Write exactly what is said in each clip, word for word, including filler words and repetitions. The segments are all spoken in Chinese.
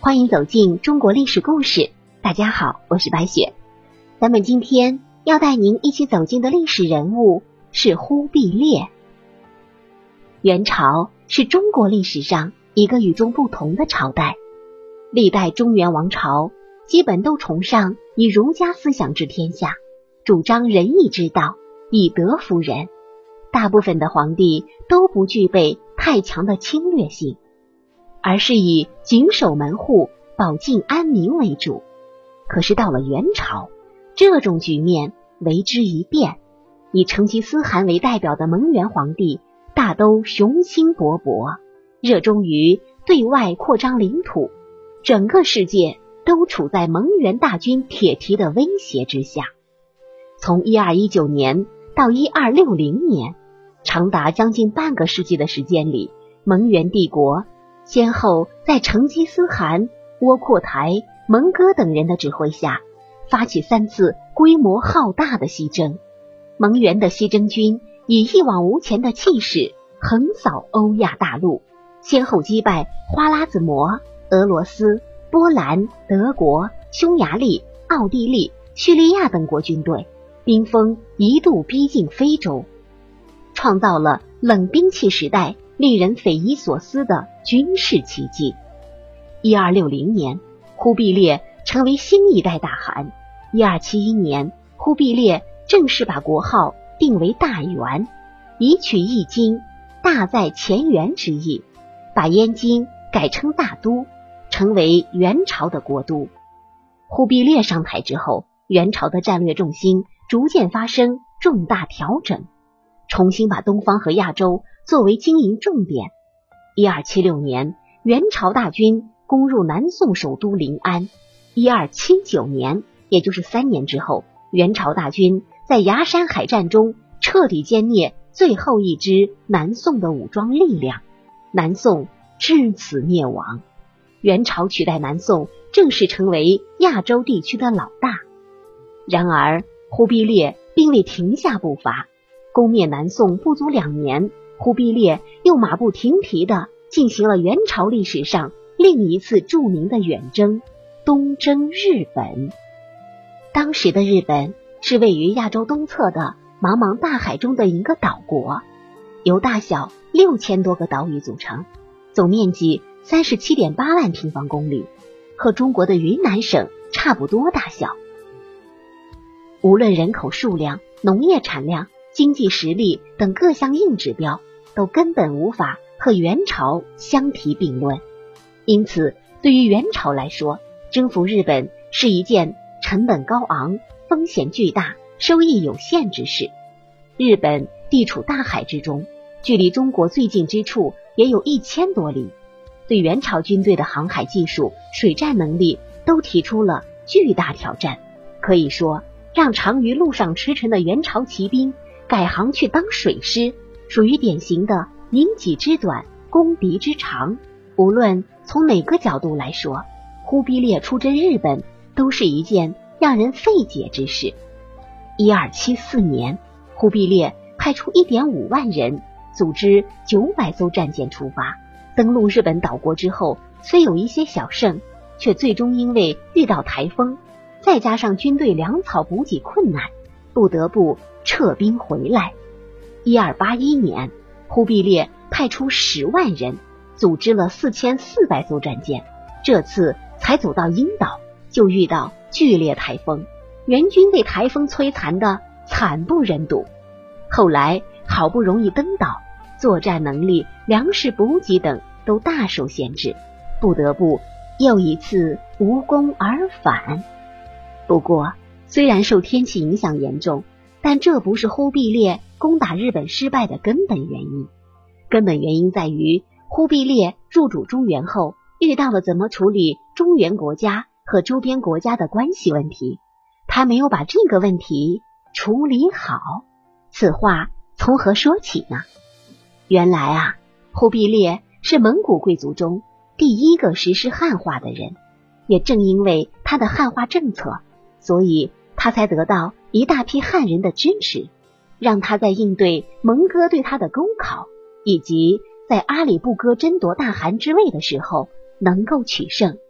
欢迎走进中国历史故事。大家好，我是白雪。咱们今天要带您一起走进的历史人物是忽必烈。元朝是中国历史上一个与众不同的朝代，历代中原王朝基本都崇尚以儒家思想治天下，主张仁义之道，以德服人。大部分的皇帝都不具备太强的侵略性，而是以谨守门户、保境安民为主。可是到了元朝，这种局面为之一变，以成吉思汗为代表的蒙元皇帝大都雄心勃勃，热衷于对外扩张领土，整个世界都处在蒙元大军铁蹄的威胁之下。从一二一九年到一二六零年，长达将近半个世纪的时间里，蒙元帝国先后在成吉思汗、窝阔台、蒙哥等人的指挥下，发起三次规模浩大的西征。蒙元的西征军以一往无前的气势横扫欧亚大陆，先后击败花剌子模、俄罗斯、波兰、德国、匈牙利、奥地利、叙利亚等国军队，兵锋一度逼近非洲，创造了冷兵器时代令人匪夷所思的军事奇迹。一二六零年，忽必烈成为新一代大汗。一二七一年，忽必烈正式把国号定为大元，以取易经大在前元之意，把燕京改称大都，成为元朝的国都。忽必烈上台之后，元朝的战略重心逐渐发生重大调整，重新把东方和亚洲作为经营重点。一二七六年，元朝大军攻入南宋首都临安。一二七九年，也就是三年之后，元朝大军在崖山海战中彻底歼灭最后一支南宋的武装力量，南宋至此灭亡。元朝取代南宋，正式成为亚洲地区的老大。然而忽必烈并未停下步伐，攻灭南宋不足两年，忽必烈又马不停蹄地进行了元朝历史上另一次著名的远征——东征日本。当时的日本是位于亚洲东侧的茫茫大海中的一个岛国，由大小六千多个岛屿组成，总面积 三十七点八万平方公里，和中国的云南省差不多大小。无论人口数量、农业产量、经济实力等各项硬指标，都根本无法和元朝相提并论。因此，对于元朝来说，征服日本是一件成本高昂、风险巨大、收益有限之事。日本地处大海之中，距离中国最近之处也有一千多里，对元朝军队的航海技术、水战能力都提出了巨大挑战。可以说，让长于陆上驰骋的元朝骑兵改行去当水师，属于典型的引己之短，攻敌之长。无论从哪个角度来说，忽必烈出征日本都是一件让人费解之事。一二七四年，忽必烈派出 一点五万人，组织九百艘战舰出发，登陆日本岛国之后，虽有一些小胜，却最终因为遇到台风，再加上军队粮草补给困难，不得不撤兵回来。一二八一年，忽必烈派出十万人，组织了四千四百艘战舰，这次才走到鹰岛，就遇到剧烈台风，元军被台风摧残的惨不忍睹。后来好不容易登岛，作战能力、粮食补给等都大受限制，不得不又一次无功而返。不过，虽然受天气影响严重，但这不是忽必烈攻打日本失败的根本原因。根本原因在于，忽必烈入主中原后，遇到了怎么处理中原国家和周边国家的关系问题，他没有把这个问题处理好。此话从何说起呢？原来啊，忽必烈是蒙古贵族中第一个实施汉化的人，也正因为他的汉化政策，所以他才得到一大批汉人的支持，让他在应对蒙哥对他的攻考，以及在阿里不哥争夺大汗之位的时候能够取胜。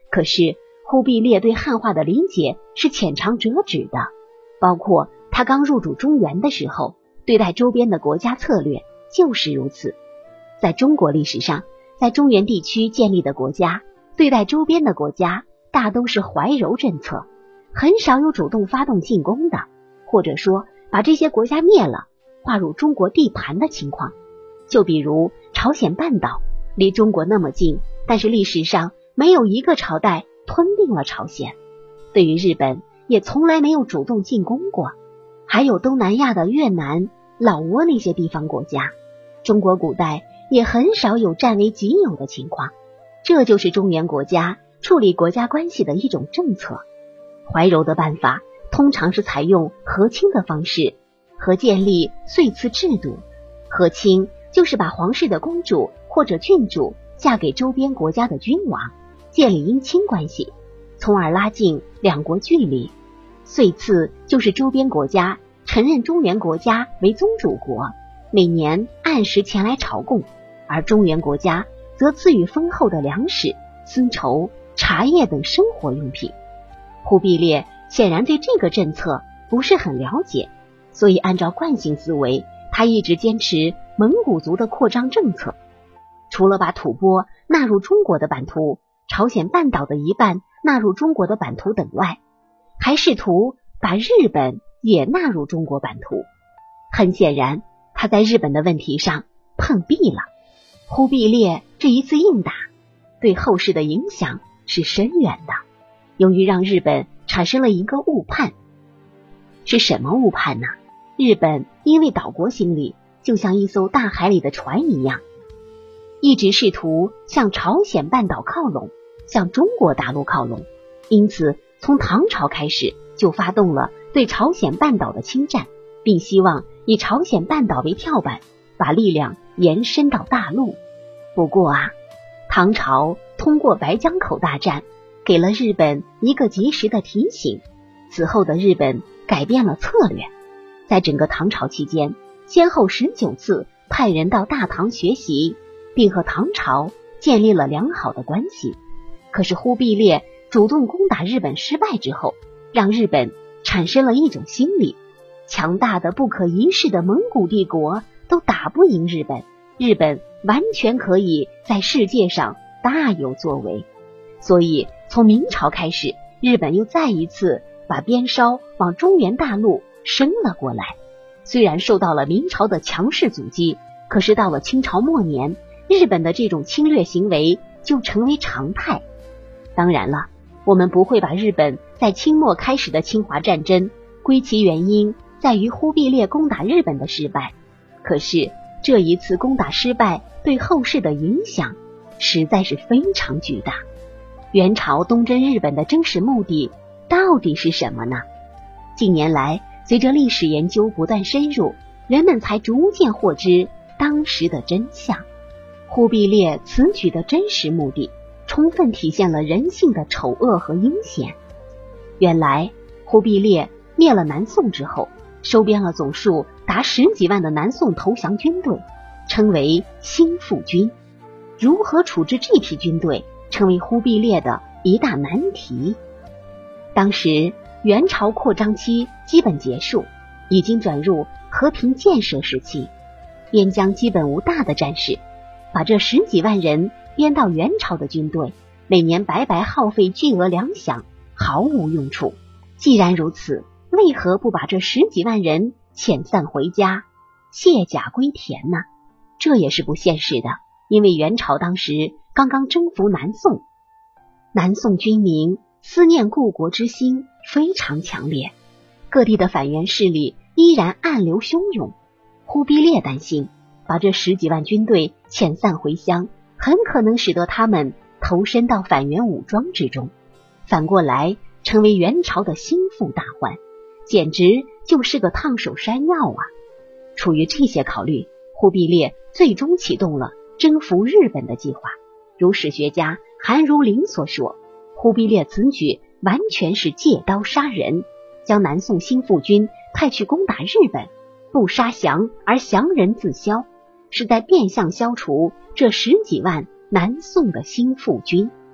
可是忽必烈对汉化的理解是浅尝辄止的，包括他刚入主中原的时候，对待周边的国家策略就是如此。在中国历史上，在中原地区建立的国家，对待周边的国家大都是怀柔政策，很少有主动发动进攻的，或者说把这些国家灭了，划入中国地盘的情况。就比如朝鲜半岛，离中国那么近，但是历史上没有一个朝代吞并了朝鲜。对于日本，也从来没有主动进攻过。还有东南亚的越南、老挝那些地方国家，中国古代也很少有占为己有的情况。这就是中原国家处理国家关系的一种政策。怀柔的办法通常是采用和亲的方式和建立岁次制度。和亲就是把皇室的公主或者郡主嫁给周边国家的君王，建立姻亲关系，从而拉近两国距离。岁次就是周边国家承认中原国家为宗主国，每年按时前来朝贡，而中原国家则赐予丰厚的粮食、丝绸、茶叶等生活用品。忽必烈显然对这个政策不是很了解，所以按照惯性思维，他一直坚持蒙古族的扩张政策。除了把吐蕃纳入中国的版图，朝鲜半岛的一半纳入中国的版图等外，还试图把日本也纳入中国版图。很显然，他在日本的问题上碰壁了。忽必烈这一次硬打，对后世的影响是深远的。由于让日本产生了一个误判。是什么误判呢？日本因为岛国心理，就像一艘大海里的船一样，一直试图向朝鲜半岛靠拢，向中国大陆靠拢，因此从唐朝开始就发动了对朝鲜半岛的侵占，并希望以朝鲜半岛为跳板，把力量延伸到大陆。不过啊，唐朝通过白江口大战给了日本一个及时的提醒，此后的日本改变了策略。在整个唐朝期间，先后十九次派人到大唐学习，并和唐朝建立了良好的关系。可是忽必烈主动攻打日本失败之后，让日本产生了一种心理，强大的不可一世的蒙古帝国都打不赢日本，日本完全可以在世界上大有作为。所以从明朝开始，日本又再一次把边梢往中原大陆伸了过来。虽然受到了明朝的强势阻击，可是到了清朝末年，日本的这种侵略行为就成为常态。当然了，我们不会把日本在清末开始的侵华战争归其原因在于忽必烈攻打日本的失败，可是这一次攻打失败对后世的影响实在是非常巨大。元朝东征日本的真实目的到底是什么呢？近年来，随着历史研究不断深入，人们才逐渐获知当时的真相。忽必烈此举的真实目的，充分体现了人性的丑恶和阴险。原来，忽必烈灭了南宋之后，收编了总数达十几万的南宋投降军队，称为兴复军。如何处置这批军队，成为忽必烈的一大难题。当时元朝扩张期基本结束，已经转入和平建设时期，边疆基本无大的战事，把这十几万人编到元朝的军队，每年白白耗费巨额粮饷，毫无用处。既然如此，为何不把这十几万人遣散回家，卸甲归田呢？这也是不现实的，因为元朝当时刚刚征服南宋，南宋军民思念故国之心非常强烈，各地的反元势力依然暗流汹涌。忽必烈担心把这十几万军队遣散回乡，很可能使得他们投身到反元武装之中，反过来成为元朝的心腹大患，简直就是个烫手山药啊！出于这些考虑，忽必烈最终启动了征服日本的计划。如史学家韩如林所说，忽必烈此举完全是借刀杀人，将南宋兴复军派去攻打日本，不杀降而降人自消，是在变相消除这十几万南宋的兴复军。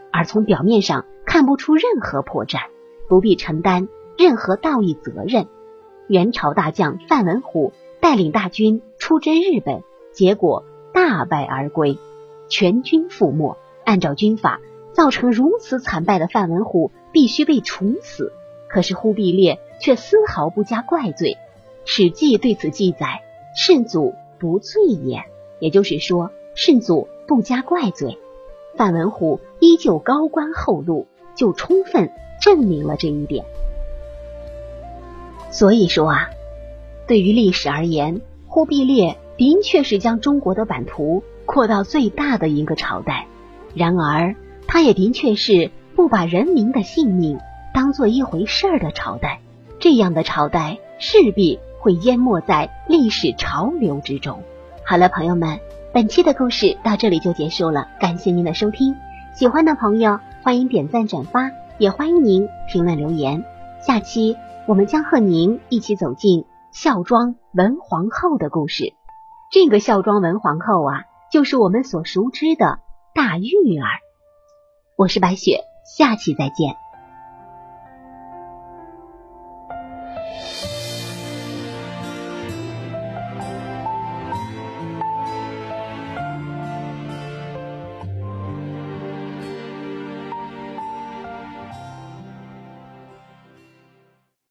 而从表面上看不出任何破绽，不必承担任何道义责任。元朝大将范文虎带领大军出征日本，结果大败而归，全军覆没。按照军法，造成如此惨败的范文虎必须被处死，可是忽必烈却丝毫不加怪罪。史记对此记载：圣祖不罪也，也就是说圣祖不加怪罪。范文虎依旧高官厚禄，就充分证明了这一点。所以说啊，对于历史而言，忽必烈的确是将中国的版图扩到最大的一个朝代，然而他也的确是不把人民的性命当做一回事儿的朝代。这样的朝代势必会淹没在历史潮流之中。好了，朋友们，本期的故事到这里就结束了，感谢您的收听。喜欢的朋友欢迎点赞转发，也欢迎您评论留言。下期我们将和您一起走进孝庄文皇后的故事。这个孝庄文皇后啊，就是我们所熟知的大玉儿。我是白雪，下期再见。